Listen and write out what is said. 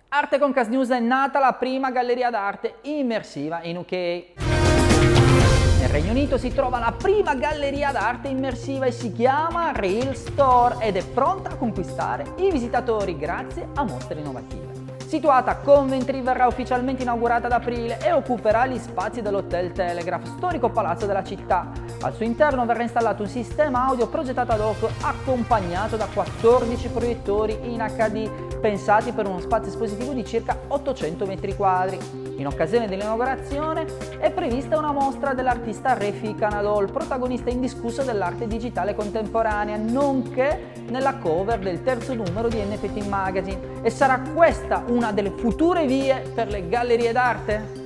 Arte Concast News è nata la prima galleria d'arte immersiva in UK. Nel Regno Unito si trova la prima galleria d'arte immersiva e si chiama Real Store ed è pronta a conquistare i visitatori grazie a mostre innovative. Situata a Coventry, verrà ufficialmente inaugurata ad aprile e occuperà gli spazi dell'Hotel Telegraph, storico palazzo della città. Al suo interno verrà installato un sistema audio progettato ad hoc accompagnato da 14 proiettori in HD, pensati per uno spazio espositivo di circa 800 metri quadri. In occasione dell'inaugurazione è prevista una mostra dell'artista Refi Canadol, protagonista indiscusso dell'arte digitale contemporanea, nonché nella cover del terzo numero di NFT Magazine. E sarà questa una delle future vie per le gallerie d'arte?